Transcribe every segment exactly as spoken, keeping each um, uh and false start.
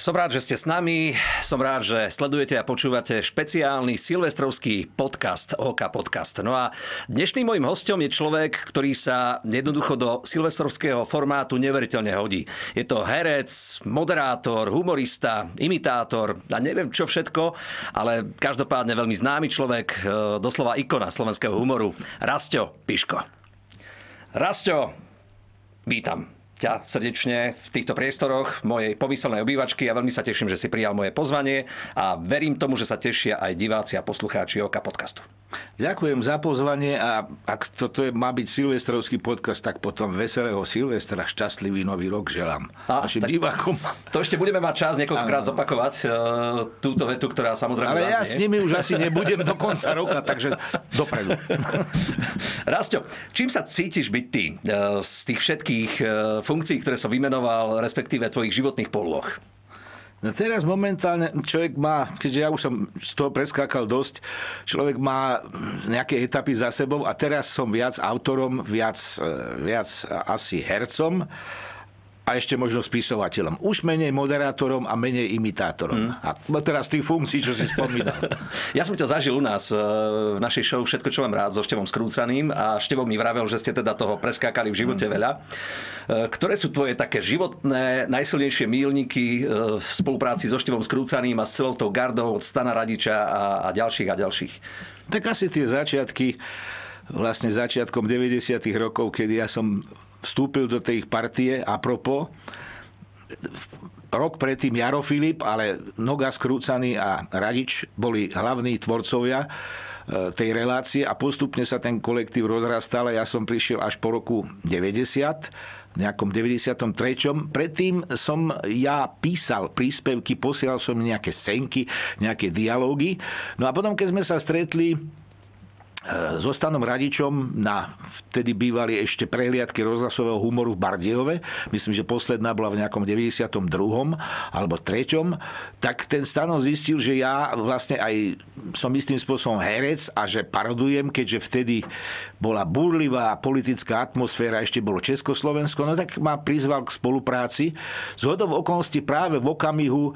Som rád, že ste s nami, som rád, že sledujete a počúvate špeciálny silvestrovský podcast ó ká Podcast. No a dnešným mojím hosťom je človek, ktorý sa jednoducho do silvestrovského formátu neveriteľne hodí. Je to herec, moderátor, humorista, imitátor a neviem čo všetko, ale každopádne veľmi známy človek, doslova ikona slovenského humoru, Rasťo Piško. Rasťo, vítam ťa srdečne v týchto priestoroch mojej pomyselnej obývačky a veľmi sa teším, že si prijal moje pozvanie a verím tomu, že sa tešia aj diváci a poslucháči ó ká Podcastu. Ďakujem za pozvanie a ak toto je, má byť silvestrovský podcast, tak potom veselého Silvestra, šťastlivý nový rok želám a, našim divákom. To ešte budeme mať čas niekoľkokrát zopakovať uh, túto vetu, ktorá samozrejme Ale zaznie. ja s nimi už asi nebudem do konca roka, takže dopredu. Rasťo, čím sa cítiš byť ty uh, z tých všetkých uh, funkcií, ktoré som vymenoval, respektíve tvojich životných polôch? No teraz momentálne človek má, keďže ja už som z toho preskákal dosť, človek má nejaké etapy za sebou a teraz som viac autorom, viac, viac asi hercom a ešte možno spisovateľom. Už menej moderátorom a menej imitátorom. Mm. A teraz tých funkcií, čo si spomínal. Ja som ťa zažil u nás v našej show Všetko, čo mám rád so Števom Skrúcaným a Števo mi vravel, že ste teda toho preskákali v živote mm. veľa. Ktoré sú tvoje také životné, najsilnejšie míľniky v spolupráci so Števom Skrúcaným a s celou tou gardou od Stana Radiča a, a ďalších a ďalších? Tak asi tie začiatky, vlastne začiatkom deväťdesiatych rokov, kedy ja som vstúpil do tej partie apropo. Rok predtým Jaro Filip, ale Noga, Skrúcaný a Radič boli hlavní tvorcovia tej relácie a postupne sa ten kolektív rozrastal a ja som prišiel až po roku deväťdesiat, v nejakom deväťdesiatom treťom Predtým som ja písal príspevky, posielal som nejaké senky, nejaké dialógy. No a potom, keď sme sa stretli so Stanom Radičom na vtedy bývali ešte prehliadky rozhlasového humoru v Bardejove, myslím, že posledná bola v nejakom deväťdesiatom druhom alebo treťom tak ten Stano zistil, že ja vlastne aj som istým spôsobom herec a že parodujem, keďže vtedy bola búrlivá politická atmosféra, ešte bolo Československo, no tak ma prizval k spolupráci. Zhodou okolností práve v okamihu,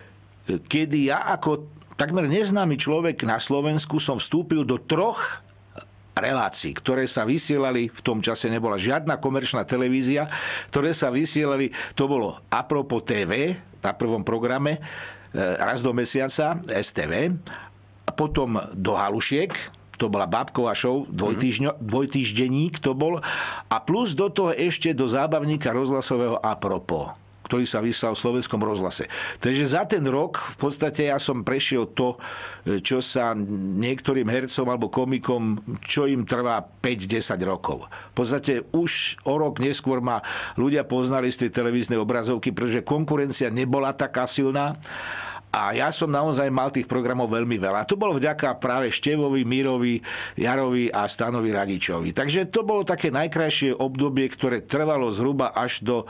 kedy ja ako takmer neznámy človek na Slovensku som vstúpil do troch relácií, ktoré sa vysielali, v tom čase nebola žiadna komerčná televízia, ktoré sa vysielali, to bolo Apropo té vé, na prvom programe, raz do mesiaca, es té vé, a potom Do Halušiek, to bola Bábková show, dvojtýždňo, dvojtýždenník to bol, a plus do toho ešte do zábavníka rozhlasového Apropo, ktorý sa vysielal v Slovenskom rozhlase. Takže za ten rok v podstate ja som prešiel to, čo sa niektorým hercom alebo komikom, čo im trvá päť desať rokov. V podstate už o rok neskôr ma ľudia poznali z tej televíznej obrazovky, pretože konkurencia nebola taká silná. A ja som naozaj mal tých programov veľmi veľa. To bolo vďaka práve Števovi, Mírovi, Jarovi a Stanovi Radičovi. Takže to bolo také najkrajšie obdobie, ktoré trvalo zhruba až do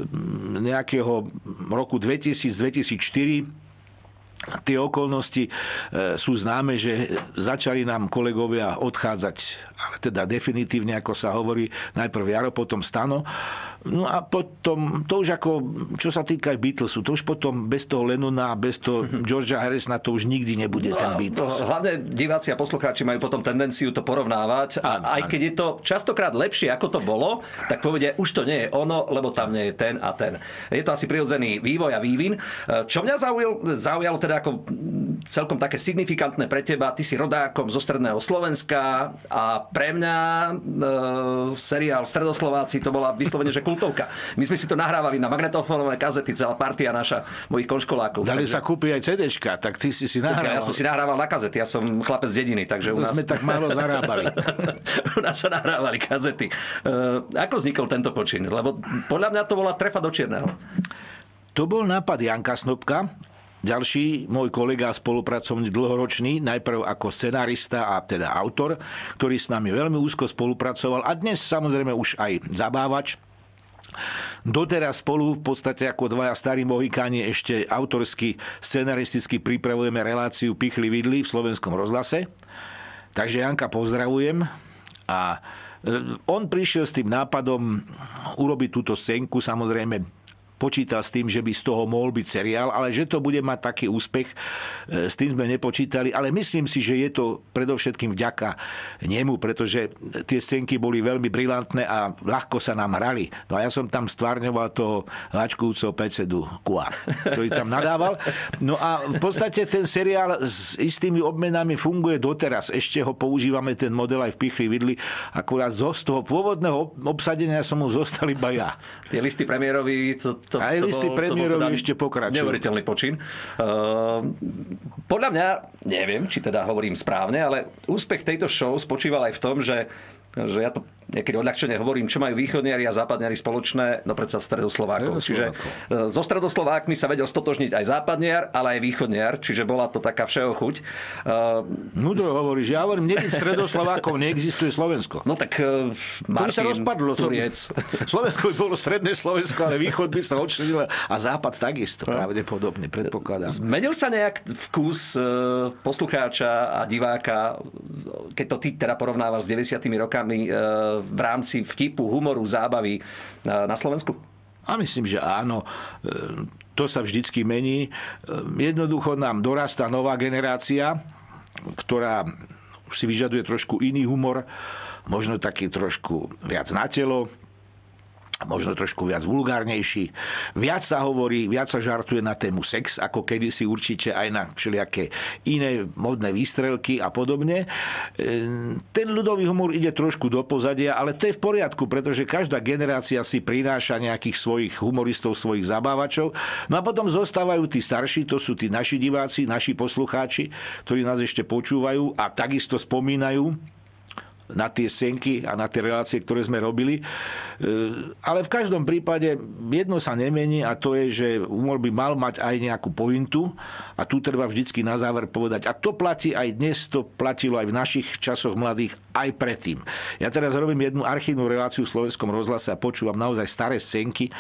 nejakého roku dvetisíc dvetisícštyri. Tie okolnosti sú známe, že začali nám kolegovia odchádzať, ale teda definitívne, ako sa hovorí, najprv Jaro, potom Stano. No a potom, to už ako, čo sa týka aj Beatlesu, to už potom bez toho Lennona, bez toho Georgea Harrisona, to už nikdy nebude ten Beatles. No, hlavne diváci a poslucháči majú potom tendenciu to porovnávať a aj keď je to častokrát lepšie, ako to bolo, tak povedia, už to nie je ono, lebo tam nie je ten a ten. Je to asi prirodzený vývoj a vývin. Čo mňa zaujalo, zaujalo teda ako celkom také signifikantné pre teba, ty si rodákom zo stredného Slovenska a pre mňa e, seriál Stredoslováci to bola vyslovene, že kultovka. My sme si to nahrávali na magnetofónové kazety, celá partia naša, mojich konškolákov. Dali takže... sa kúpiť aj cédečka, tak ty si si nahrával. Ja som si nahrával na kazety, ja som chlapec z dediny, takže to u nás... sme tak málo zarábali. U nás sa nahrávali kazety. E, ako vznikol tento počin? Lebo podľa mňa to bola trefa do čierneho. To bol nápad Janka Snopka, ďalší môj kolega a spolupracovník dlhoročný, najprv ako scenárista a teda autor, ktorý s nami veľmi úzko spolupracoval a dnes samozrejme už aj zabávač. Doteraz spolu v podstate ako dvaja starí mohikáni ešte autorsky, scenaristicky pripravujeme reláciu Pichli vidli v Slovenskom rozhlase. Takže Janka pozdravujem a on prišiel s tým nápadom urobiť túto scénku, samozrejme počítal s tým, že by z toho mohol byť seriál, ale že to bude mať taký úspech, s tým sme nepočítali, ale myslím si, že je to predovšetkým vďaka nemu, pretože tie scénky boli veľmi brilantné a ľahko sa nám hrali. No a ja som tam stvárňoval toho háčkujúceho predsedu Kua, ktorý tam nadával. No a v podstate ten seriál s istými obmenami funguje doteraz. Ešte ho používame, ten model aj v Pichli vidli, akurát zo z toho pôvodného obsadenia som mu zostal iba ja. Tie listy premiérovi, to, to, aj to listy bol, premiérovi to bol teda ešte pokračujú. Neuveriteľný počin. Uh, podľa mňa, neviem, či teda hovorím správne, ale úspech tejto show spočíval aj v tom, že že ja to niekedy odľahčene hovorím, čo majú východniari a západniari spoločné, no predsa Stredoslovákov. Čiže so Stredoslovákmi sa vedel stotožniť aj západniar, ale aj východniar, čiže bola to taká všeho chuť. Múdro hovoríš, ja hovorím, nebyť Stredoslovákov, neexistuje Slovensko. No tak uh, Martin, to by sa rozpadlo. Turiec. Slovensko by bolo stredné Slovensko, ale východ by sa odčlenil a západ takisto, no. Pravdepodobne, predpokladám. Zmenil sa nejak vkus poslucháča a diváka, keď to ty teda porovnávaš s deväťdesiatimi rokami v rámci vtipu, humoru, zábavy na Slovensku? A myslím, že áno. To sa vždycky mení. Jednoducho nám dorastá nová generácia, ktorá už si vyžaduje trošku iný humor, možno taký trošku viac na telo, možno trošku viac vulgárnejší. Viac sa hovorí, viac sa žartuje na tému sex, ako kedysi určite aj na všelijaké iné modné výstrelky a podobne. Ten ľudový humor ide trošku do pozadia, ale to je v poriadku, pretože každá generácia si prináša nejakých svojich humoristov, svojich zabávačov. No a potom zostávajú tí starší, to sú tí naši diváci, naši poslucháči, ktorí nás ešte počúvajú a takisto spomínajú na tie scénky a na tie relácie, ktoré sme robili. Ale v každom prípade jedno sa nemení a to je, že humor by mal mať aj nejakú pointu a tu treba vždycky na záver povedať. A to platí aj dnes, to platilo aj v našich časoch mladých, aj predtým. Ja teraz robím jednu archívnu reláciu v Slovenskom rozhlase a počúvam naozaj staré scénky, e,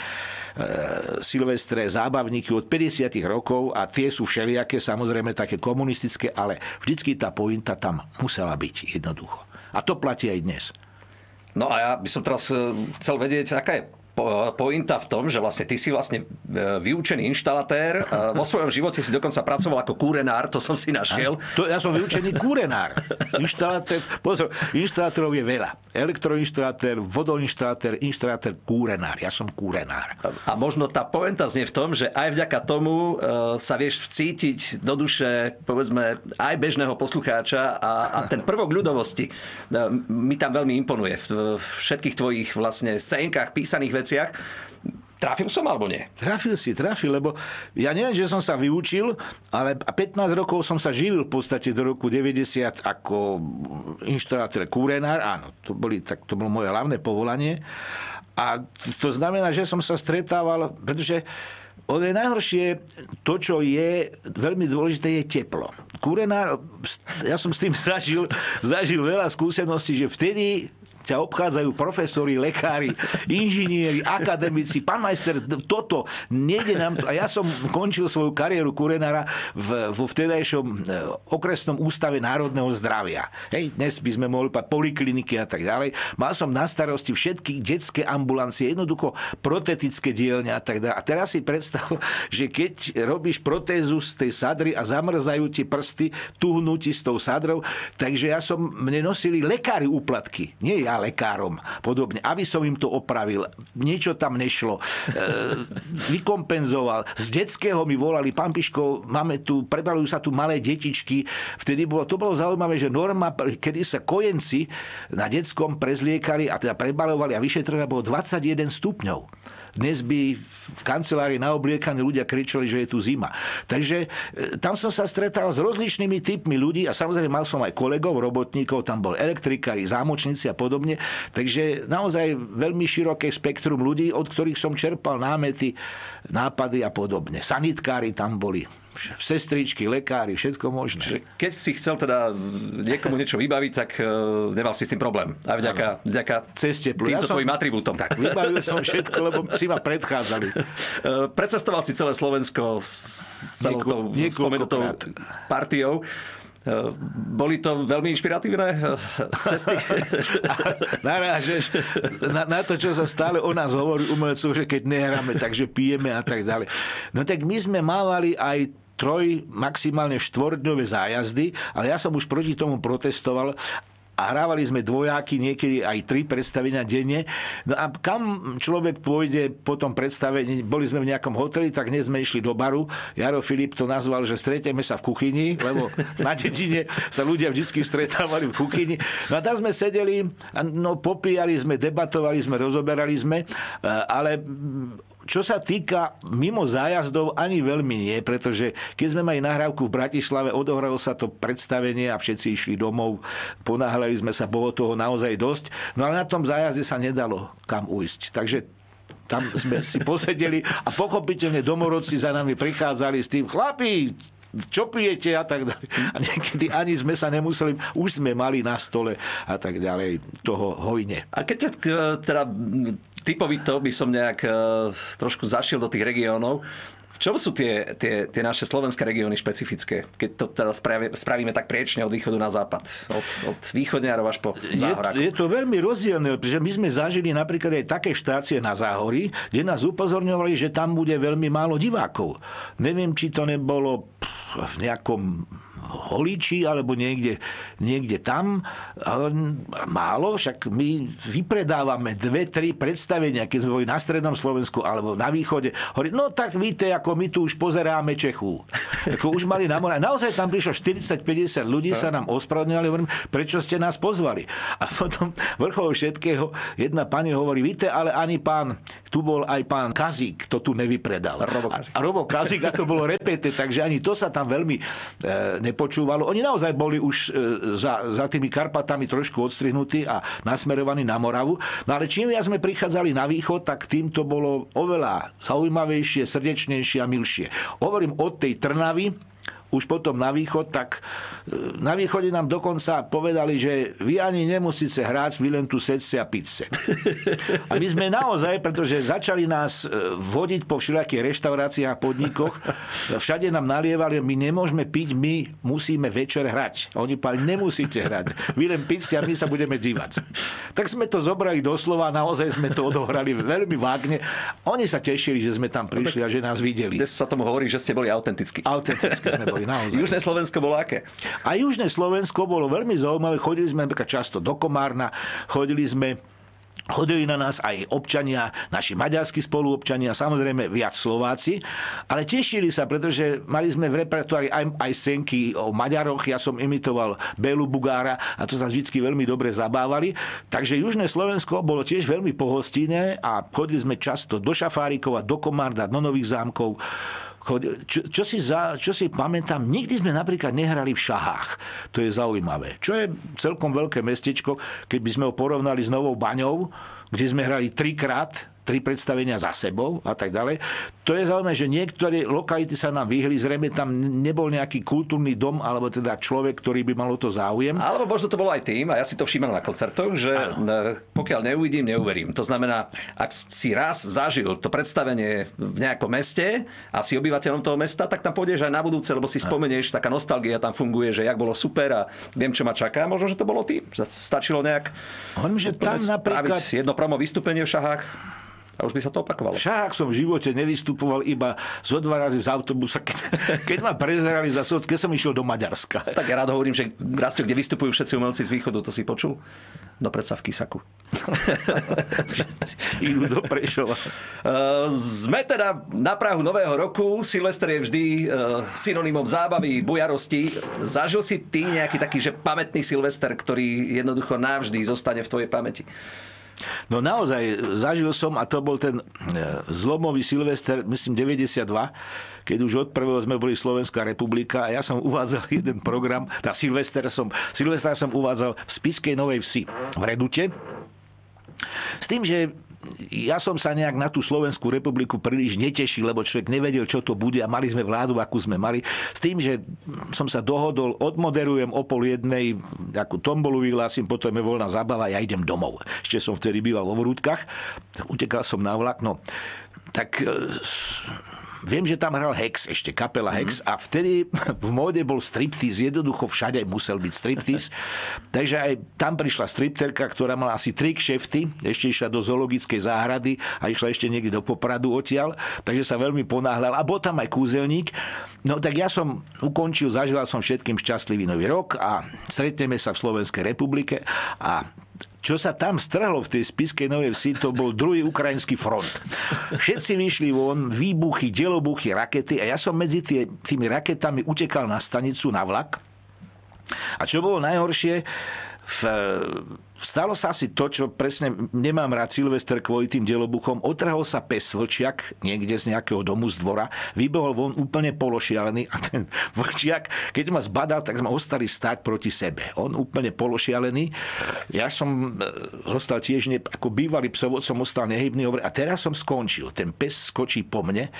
silvestre, zábavníky od päťdesiatych rokov a tie sú všelijaké, samozrejme také komunistické, ale vždycky tá pointa tam musela byť jednoducho. A to platí aj dnes. No a ja by som teraz chcel vedieť, aká je pointa v tom, že vlastne ty si vlastne vyučený inštalatér. Vo svojom živote si dokonca pracoval ako kúrenár, to som si našiel. To, ja som vyučený kúrenár. Inštalatér, pozor, inštalatérov je veľa. Elektroinštalatér, vodoinštalatér, inštalatér, kúrenár. Ja som kúrenár. A možno tá pointa znie v tom, že aj vďaka tomu sa vieš vcítiť do duše, povedzme, aj bežného poslucháča a, a ten prvok ľudovosti mi tam veľmi imponuje v všetkých tvojich vlastne scénkach, písaných veciach. Trafil som alebo nie? Trafil si, trafil, lebo ja neviem, že som sa vyučil, ale pätnásť rokov som sa živil v podstate do roku deväťdesiat ako inštalatér, kúrenár. Áno, to, boli, tak, to bolo moje hlavné povolanie. A to znamená, že som sa stretával, pretože ono je najhoršie, to, čo je veľmi dôležité, je teplo. Kúrenár, ja som s tým zažil, zažil veľa skúseností, že vtedy ťa obchádzajú profesori, lekári, inžinieri, akademici, pán majster, toto, nejde nám to. A ja som končil svoju kariéru kurenára v, vo vtedajšom okresnom ústave národného zdravia. Hej, dnes by sme mohli pať polikliniky a tak ďalej. Mal som na starosti všetky detské ambulancie, jednoducho protetické dielne a tak ďalej. A teraz si predstav, že keď robíš protézu z tej sadry a zamrzajú ti prsty, tuhnú ti s tou sadrou, takže ja som, mne nosili lekári úplatky. Nie ja lekárom, podobne, aby som im to opravil. Niečo tam nešlo. E, vykompenzoval. Z detského mi volali, pán Piško, máme tu, prebalujú sa tu malé detičky. Vtedy bolo, to bolo zaujímavé, že norma, kedy sa kojenci na detskom prezliekali a teda prebalovali a vyšetrovali, bolo dvadsaťjeden stupňov. Dnes by v kancelárii naobliekaní ľudia kričali, že je tu zima. Takže tam som sa stretal s rozličnými typmi ľudí a samozrejme mal som aj kolegov, robotníkov, tam bol elektrikári, zámočníci a podobne. Takže naozaj veľmi široké spektrum ľudí, od ktorých som čerpal námety, nápady a podobne. Sanitkári tam boli. Sestričky, lekári, všetko možné. Keď si chcel teda niekomu niečo vybaviť, tak uh, nemal si s tým problém. A vďaka, vďaka ceste týmto ja tvojim atribútom. Tak, vybavil som všetko, lebo si ma predchádzali. Uh, precestoval si celé Slovensko s celou tou spomenutou partiou. Boli to veľmi inšpiratívne cesty? Narážeš na, na to, čo sa stále o nás hovorí umelcov, že keď nehráme, takže pijeme a tak ďalej. No tak my sme mávali aj troj, maximálne štvordňové zájazdy, ale ja som už proti tomu protestoval a hrávali sme dvojáky, niekedy aj tri predstavenia denne. No a kam človek pôjde po tom predstavení, boli sme v nejakom hoteli, tak dnes sme išli do baru. Jaro Filip to nazval, že stretieme sa v kuchyni, lebo na dedine sa ľudia vždy stretávali v kuchyni. No a tam sme sedeli, no popíjali sme, debatovali sme, rozoberali sme, ale čo sa týka mimo zájazdov, ani veľmi nie, pretože keď sme mali nahrávku v Bratislave, odohralo sa to predstavenie a všetci išli domov, ponáhľali sme sa, bolo toho naozaj dosť, no ale na tom zájazde sa nedalo kam ujsť. Takže tam sme si posedeli a pochopiteľne domorodci za nami prichádzali s tým: chlapi, čo pijete a tak ďalej. A niekedy ani sme sa nemuseli, už sme mali na stole a tak ďalej toho hojne. A keď teda typovito by som nejak trošku zašiel do tých regiónov, v čom sú tie, tie, tie naše slovenské regióny špecifické? Keď to teda spravíme, spravíme tak priečne od východu na západ. Od, od východňarov až po Záhoráku. Je, je to veľmi rozdielne, pretože my sme zažili napríklad aj také štácie na Záhorí, kde nás upozorňovali, že tam bude veľmi málo divákov. Neviem, či to nebolo v nejakom Holíči alebo niekde, niekde tam. Málo, však my vypredávame dve, tri predstavenia, keď sme boli na strednom Slovensku alebo na východe. Hovorí, no tak víte, ako my tu už pozeráme Čechu. Ako už mali na more. Naozaj tam prišlo štyridsať päťdesiat ľudí, sa nám ospravedlňovali, hovorím, prečo ste nás pozvali? A potom vrchol všetkého jedna pani hovorí, víte, ale ani pán, tu bol aj pán Kazík, to tu nevypredal. Robo Kazík. A, a Robo Kazík, a to bolo repete, takže ani to sa tam veľmi e, nepočúvalo. Oni naozaj boli už e, za, za tými Karpatami trošku odstrihnutí a nasmerovaní na Moravu. No ale čím viac sme prichádzali na východ, tak tým to bolo oveľa zaujímavejšie, srdečnejšie a milšie. Hovorím od tej Trnavy, už potom na východ, tak na východe nám dokonca povedali, že vy ani nemusíte hrať, vy len tu sedce a pizze. A my sme naozaj, pretože začali nás vodiť po všelijakých reštauráciách a podnikoch, všade nám nalievali, my nemôžeme piť, my musíme večer hrať. A oni povedali, nemusíte hrať, vy len pizze a my sa budeme dívať. Tak sme to zobrali doslova, naozaj sme to odohrali veľmi vágne. Oni sa tešili, že sme tam prišli a že nás videli. Dnes sa tomu hovorí, že ste boli autentickí. Autenticky sme boli. Naozaj. Južné Slovensko bolo aké? A Južné Slovensko bolo veľmi zaujímavé. Chodili sme napríklad často do Komárna, chodili sme Chodili na nás aj občania, naši maďarskí spoluobčania, samozrejme viac Slováci, ale tešili sa, pretože mali sme v repertoári aj, aj scénky o Maďaroch, ja som imitoval Bélu Bugára a to sa vždy veľmi dobre zabávali. Takže Južné Slovensko bolo tiež veľmi pohostinné a chodili sme často do Šafárikova, do Komárna, do Nových Zámkov. Čo, čo, si za, čo si pamätám, nikdy sme napríklad nehrali v Šahách. To je zaujímavé. Čo je celkom veľké mestečko, keď by sme ho porovnali s Novou Baňou, kde sme hrali trikrát, tri predstavenia za sebou a tak ďalej. To je zaujímavé, že niektoré lokality sa nám vyhli, zrejme tam nebol nejaký kultúrny dom, alebo teda človek, ktorý by mal o to záujem. Alebo možno to bolo aj tým, a ja si to všímam na koncertoch, že ano. Pokiaľ neuvidím, neuverím. To znamená, ak si raz zažil to predstavenie v nejakom meste a si obyvateľom toho mesta, tak tam pôjdeš aj na budúce, lebo si spomenieš, taká nostalgia tam funguje, že jak bolo super a viem, čo ma čaká. Možno, že to bolo tým. Stačilo nejak Hovorím, že tam napríklad jedno promo vystúpenie v Šahách. A už by sa to opakovalo. Však som v živote nevystupoval iba zo dva razy z autobusa, keď, keď ma prezerali za soc, keď som išiel do Maďarska. Tak ja rád hovorím, že Rastio, kde vystupujú všetci umelci z východu, to si počul? Do predsa v Kisaku. Idú do Prešova. Uh, sme teda na prahu nového roku. Silvester je vždy uh, synonymom zábavy, bujarosti. Zažil si ty nejaký taký, že pamätný Silvester, ktorý jednoducho navždy zostane v tvojej pamäti? No naozaj, zažil som, a to bol ten zlomový Silvester, myslím deväťdesiatdva, keď už od prvého sme boli Slovenská republika a ja som uvádzal jeden program, tá Silvester som, Silvestra som uvádzal v Spišskej Novej Vsi v Redute, s tým, že ja som sa nejak na tú Slovenskú republiku príliš netešil, lebo človek nevedel, čo to bude a mali sme vládu, akú sme mali. S tým, že som sa dohodol, odmoderujem o pol jednej, akú tombolu vyhlásim, potom je voľná zábava, ja idem domov. Ešte som vtedy býval vo Vrútkach, utekal som na vlak, no tak viem, že tam hral Hex, ešte kapela Hex, mm. a vtedy v móde bol striptease, jednoducho všade musel byť striptease. Takže aj tam prišla stripterka, ktorá mala asi tri kšefty, ešte išla do zoologickej záhrady a išla ešte niekde do Popradu odtiaľ, takže sa veľmi ponáhľal. A bol tam aj kúzelník. No tak ja som ukončil, zažil som všetkým šťastlivý nový rok a stretneme sa v Slovenskej republike a čo sa tam strhlo v tej Spišskej Novej Vsi, to bol druhý ukrajinský front. Všetci vyšli von, výbuchy, delobuchy, rakety a ja som medzi tie, tými raketami utekal na stanicu, na vlak. A čo bolo najhoršie, v, stalo sa asi to, čo presne nemám rád Silvester kvôli tým delobuchom. Otrhol sa pes vlčiak niekde z nejakého domu z dvora, vybehol von úplne pološialený a ten vlčiak, keď ma zbadal, tak sme ostali stáť proti sebe. On úplne pološialený. Ja som zostal tiež, ne, ako bývalý psovod, som ostal nehybný a teraz som skončil. Ten pes skočí po mne,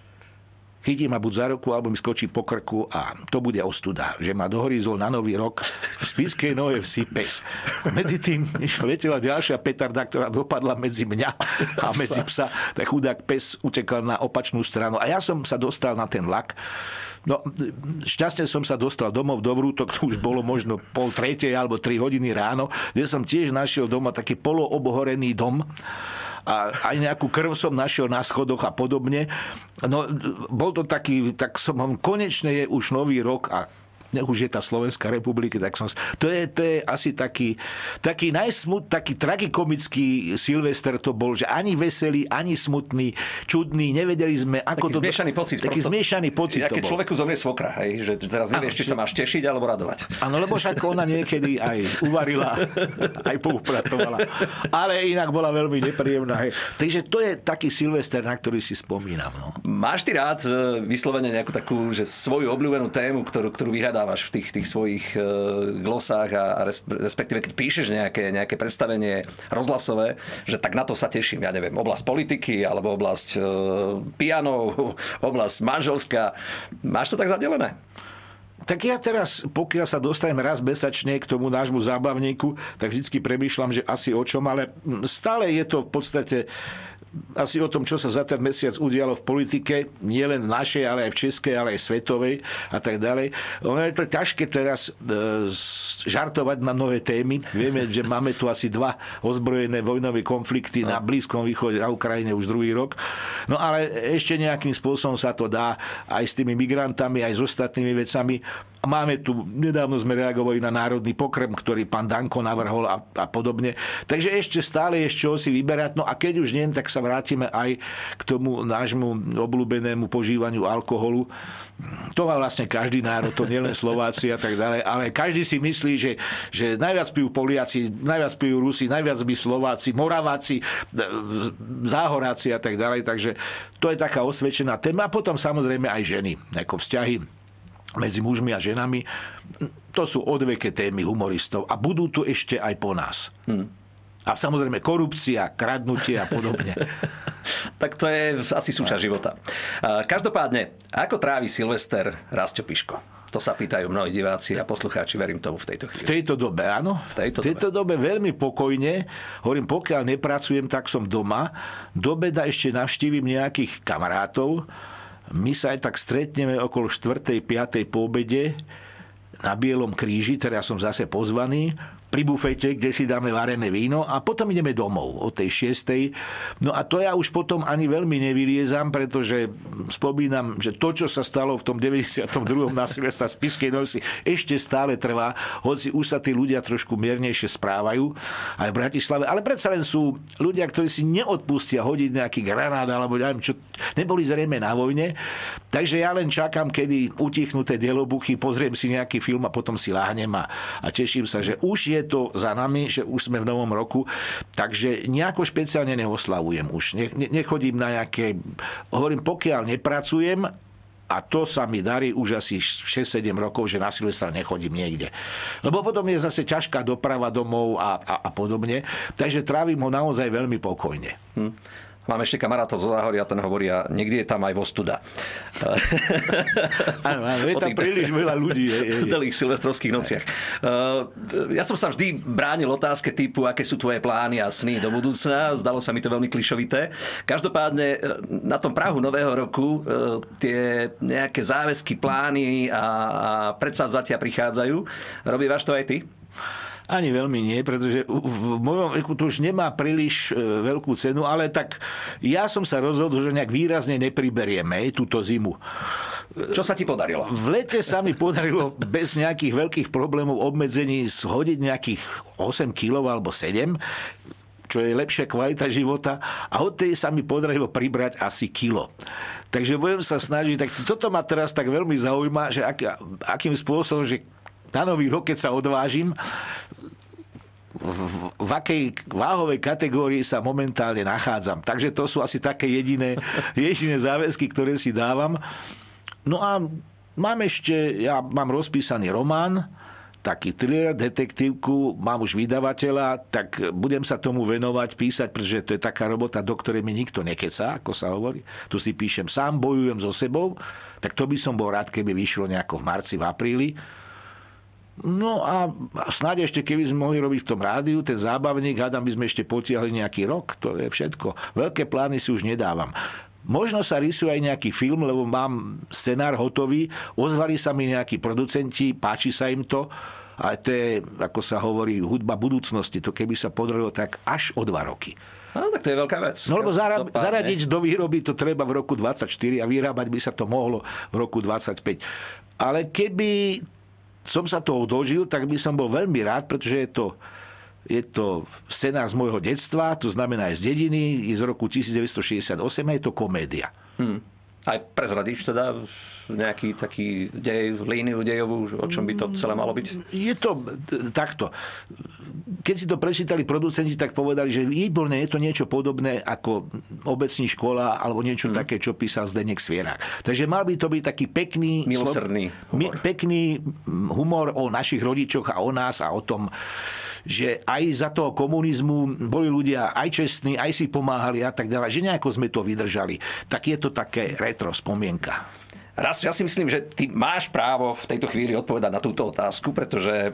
chytí ma buď za ruku, alebo mi skočí po krku a to bude ostuda, že ma dohorizol na nový rok v Spišskej Novej Vsi pes. Medzi tým letela ďalšia petarda, ktorá dopadla medzi mňa a medzi psa, tak chudák pes utekal na opačnú stranu a ja som sa dostal na ten vlak. No, šťastne som sa dostal domov do Vrútok, to už bolo možno pol tretej alebo tri hodiny ráno, kde som tiež našiel doma taký poloobohorený dom a aj nejakú krv som našiel na schodoch a podobne. No, bol to taký, tak som ho, konečne je už nový rok a nech už je tá Slovenská republika, tak som... To je, to je asi taký, taký najsmut, taký tragikomický Silvester to bol, že ani veselý, ani smutný, čudný, nevedeli sme, ako taký to... Zmiešaný pocit. Taký prosto, zmiešaný pocit to bol. Keď človeku zomrie svokra, hej, že teraz nevieš, či sa máš tešiť alebo radovať. Áno, lebo však ona niekedy aj uvarila, aj poupratovala. Ale inak bola veľmi nepríjemná. Hej. Takže to je taký Silvester, na ktorý si spomínam. No. Máš ty rád vyslovene nejakú takú, že svoju obľúbenú tému, ktorú, ktorú vyhľadávaš v tých, tých svojich uh, glosách a, a respektíve keď píšeš nejaké, nejaké predstavenie rozhlasové, že tak na to sa teším, ja neviem, oblasť politiky alebo oblasť uh, pianov, oblasť manželská. Máš to tak zadelené? Tak ja teraz, pokiaľ sa dostanem raz mesačne k tomu nášmu zábavníku, tak vždycky premýšľam, že asi o čom, ale stále je to v podstate asi o tom, čo sa za ten mesiac udialo v politike, nie len našej, ale aj v českej, ale aj svetovej a tak ďalej. Ono je to ťažké teraz e, žartovať na nové témy. Vieme, že máme tu asi dva ozbrojené vojnové konflikty no. na Blízkom východe, na Ukrajine už druhý rok. No ale ešte nejakým spôsobom sa to dá aj s tými migrantami, aj s ostatnými vecami. Máme tu, nedávno sme reagovali na národný pokrm, ktorý pán Danko navrhol a, a podobne. Takže ešte stále je z čoho si vyberať. No a keď už nie, tak sa vrátime aj k tomu nášmu obľúbenému požívaniu alkoholu. To má vlastne každý národ, to nielen Slováci a tak ďalej, ale každý si myslí, že, že najviac pijú Poliaci, najviac pijú Rusi, najviac by Slováci, Moraváci, Záhoráci a tak ďalej. Takže to je taká osvedčená téma. A potom samozrejme aj ženy, ako vzťahy medzi mužmi a ženami. To sú odveké témy humoristov a budú tu ešte aj po nás. Hmm. A samozrejme korupcia, kradnutie a podobne. Tak to je asi súčasť života. Každopádne, ako trávi Silvester Rasťo Piško? To sa pýtajú mnohí diváci a poslucháči, verím tomu v tejto chvíli. V tejto dobe, áno. V tejto, v tejto dobe. dobe veľmi pokojne. Hovorím, pokiaľ nepracujem, tak som doma. Do obeda ešte navštívim nejakých kamarátov. My sa aj tak stretneme okolo štvrtej piatej po obede na Bielom kríži, teda som zase pozvaný, pri bufete, kde si dáme varené víno a potom ideme domov o tej šiestej. No a to ja už potom ani veľmi nevyliezam, pretože spomínam, že to, čo sa stalo v tom deväťdesiatom druhom na Silvestra v Spišskej Novej Vsi, ešte stále trvá, hoci už sa tí ľudia trošku miernejšie správajú aj v Bratislave, ale predsa len sú ľudia, ktorí si neodpustia hodiť nejaký granát alebo neviem čo, neboli zrejme na vojne. Takže ja len čakám, kedy utichnú tie dielobuchy, pozriem si nejaký film a potom si láhnem a, a teším sa, že už je je to za nami, že už sme v novom roku, takže nejako špeciálne neoslavujem už. Ne, ne, nechodím na nejaké, hovorím, pokiaľ nepracujem, a to sa mi darí už asi šesť sedem rokov, že na Silvestra nechodím niekde. Lebo potom je zase ťažká doprava domov a, a, a podobne, takže trávim ho naozaj veľmi pokojne. Hm. Mám ešte kamaráta zo Záhoria, ten hovorí, a niekde je tam aj vostuda. Áno, áno, je tam príliš veľa ľudí. V delých silvestrovských nociach. Ja som sa vždy bránil otázke typu, aké sú tvoje plány a sny do budúcna. Zdalo sa mi to veľmi klišovité. Každopádne na tom prahu nového roku tie nejaké záväzky, plány a predsavzatia prichádzajú. Robívaš to aj ty? Ani veľmi nie, pretože v mojom veku to už nemá príliš veľkú cenu, ale tak ja som sa rozhodol, že nejak výrazne nepriberieme túto zimu. Čo sa ti podarilo? V lete sa mi podarilo bez nejakých veľkých problémov, obmedzení zhodiť nejakých osem kilogramov alebo sedem, čo je lepšia kvalita života, a od tej sa mi podarilo pribrať asi kilo. Takže budem sa snažiť, tak toto ma teraz tak veľmi zaujíma, že ak, akým spôsobom, že na nový rok, keď sa odvážim, v, v akej váhovej kategórii sa momentálne nachádzam. Takže to sú asi také jediné, jediné záväzky, ktoré si dávam. No a mám ešte, ja mám rozpísaný román, taký thriller, detektívku, mám už vydavateľa, tak budem sa tomu venovať, písať, pretože to je taká robota, do ktorej mi nikto nekecá, ako sa hovorí. Tu si píšem sám, bojujem so sebou, tak to by som bol rád, keby vyšlo nejako v marci, v apríli. No a snáď ešte, keby sme mohli robiť v tom rádiu, ten zábavník, hádam, by sme ešte potiahli nejaký rok, to je všetko. Veľké plány si už nedávam. Možno sa rysuje aj nejaký film, lebo mám scenár hotový, ozvali sa mi nejakí producenti, páči sa im to, ale to je, ako sa hovorí, hudba budúcnosti. To keby sa podarilo, tak až o dva roky. No, tak to je veľká vec. No lebo zara- zaradiť do výroby to treba v roku dvadsaťštyri a vyrábať by sa to mohlo v roku dvadsaťpäť. Ale keby som sa toho dožil, tak by som bol veľmi rád, pretože je to, je to scenár z môjho detstva, to znamená aj z dediny, je z roku devätnásťstošesťdesiatosem a je to komédia. Hmm. Aj prezradíš teda nejaký taký dej, líniu dejovú, o čom by to celé malo byť? Je to takto. Keď si to prečítali producenti, tak povedali, že výborné, je to niečo podobné ako Obecní škola alebo niečo hmm. také, čo písal Zdeněk Svierák. Takže mal by to byť taký pekný, milosrdný humor. pekný humor o našich rodičoch a o nás a o tom, že aj za toho komunizmu boli ľudia aj čestní, aj si pomáhali a tak ďalej, že nejako sme to vydržali. Tak je to také retro spomienka. Raz, ja si myslím, že ty máš právo v tejto chvíli odpovedať na túto otázku, pretože e,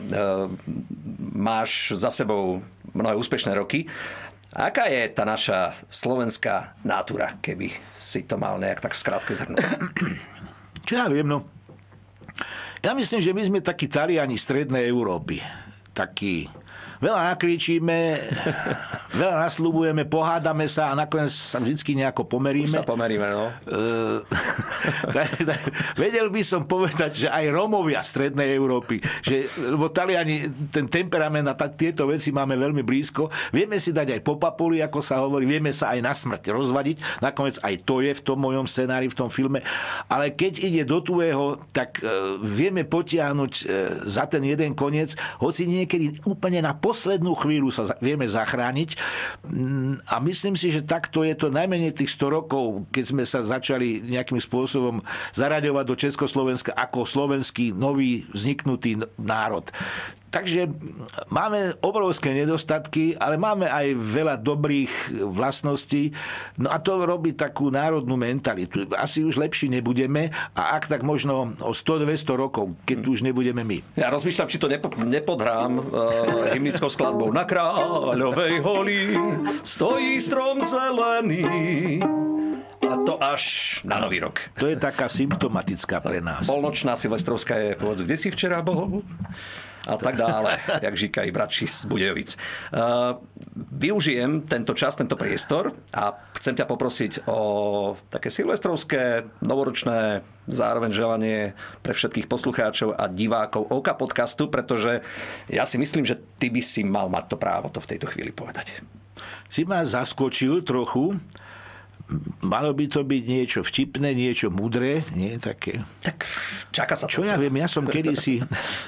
máš za sebou mnohé úspešné roky. Aká je tá naša slovenská nátura, keby si to mal nejak tak v skratke zhrnúť? Čo ja viem, no. Ja myslím, že my sme takí Taliani strednej Európy. Takí veľa nakričíme, veľa nasľubujeme, pohádame sa a nakoniec sa vždycky nejako pomeríme. Už sa pomeríme, no. Uh, tak, tak, vedel by som povedať, že aj Rómovia strednej Európy, že, lebo Taliani, ten temperament a tak, tieto veci máme veľmi blízko. Vieme si dať aj po papuli, ako sa hovorí, vieme sa aj na smrť rozvadiť. Nakoniec aj to je v tom mojom scenári, v tom filme. Ale keď ide do tuého, tak uh, vieme potiahnuť uh, za ten jeden koniec, hoci niekedy úplne na poslednú chvíľu sa vieme zachrániť. A myslím si, že takto je to najmenej tých sto rokov, keď sme sa začali nejakým spôsobom zaraďovať do Československa ako slovenský nový vzniknutý národ. Takže máme obrovské nedostatky, ale máme aj veľa dobrých vlastností. No a to robí takú národnú mentalitu. Asi už lepší nebudeme a ak tak možno o sto dvesto rokov, keď tu už nebudeme my. Ja rozmýšľam, či to nepo, nepodhrám uh, hymnickou skladbou. Na Kráľovej holi stojí strom zelený. A to až na Nový rok. To je taká symptomatická pre nás. Polnočná silvestrovská je, povedz, kde si včera bol? A tak dále, jak říkají bratši z Budějovic. Uh, využijem tento čas, tento priestor a chcem ťa poprosiť o také silvestrovské, novoročné zároveň želanie pre všetkých poslucháčov a divákov Oka podcastu, pretože ja si myslím, že ty by si mal mať to právo to v tejto chvíli povedať. Si ma zaskočil trochu. Malo by to byť niečo vtipné, niečo mudré, nie také. Tak čaká sa to. Čo ja viem, ja som kedysi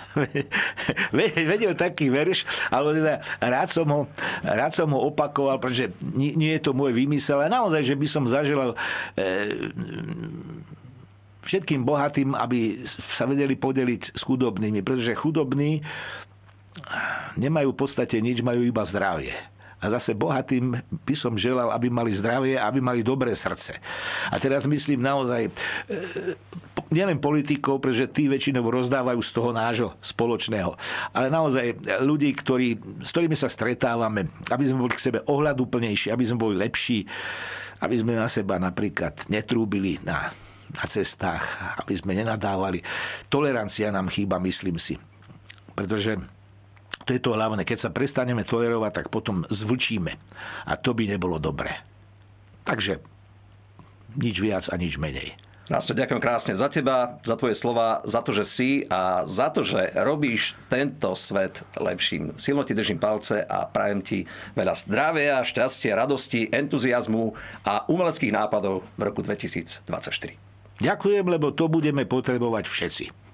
vedel taký verš, ale teda rád som ho, rád som ho opakoval, pretože nie, nie je to môj výmysel, ale naozaj, že by som zaželal e, všetkým bohatým, aby sa vedeli podeliť s chudobnými, pretože chudobní nemajú v podstate nič, majú iba zdravie. A A zase bohatým by som želal, aby mali zdravie a aby mali dobré srdce. A teraz myslím naozaj nielen politikov, pretože tí väčšinou rozdávajú z toho nášho spoločného, ale naozaj ľudí, ktorí, s ktorými sa stretávame, aby sme boli k sebe ohľaduplnejší, aby sme boli lepší, aby sme na seba napríklad netrúbili na, na cestách, aby sme nenadávali. Tolerancia nám chýba, myslím si. Pretože to je to hlavné. Keď sa prestaneme tolerovať, tak potom zvlčíme. A to by nebolo dobré. Takže nič viac a nič menej. László, ďakujem krásne za teba, za tvoje slova, za to, že si a za to, že robíš tento svet lepším. Silno ti držím palce a prajem ti veľa zdravia, šťastia, radosti, entuziazmu a umeleckých nápadov v roku dvetisícdvadsaťštyri. Ďakujem, lebo to budeme potrebovať všetci.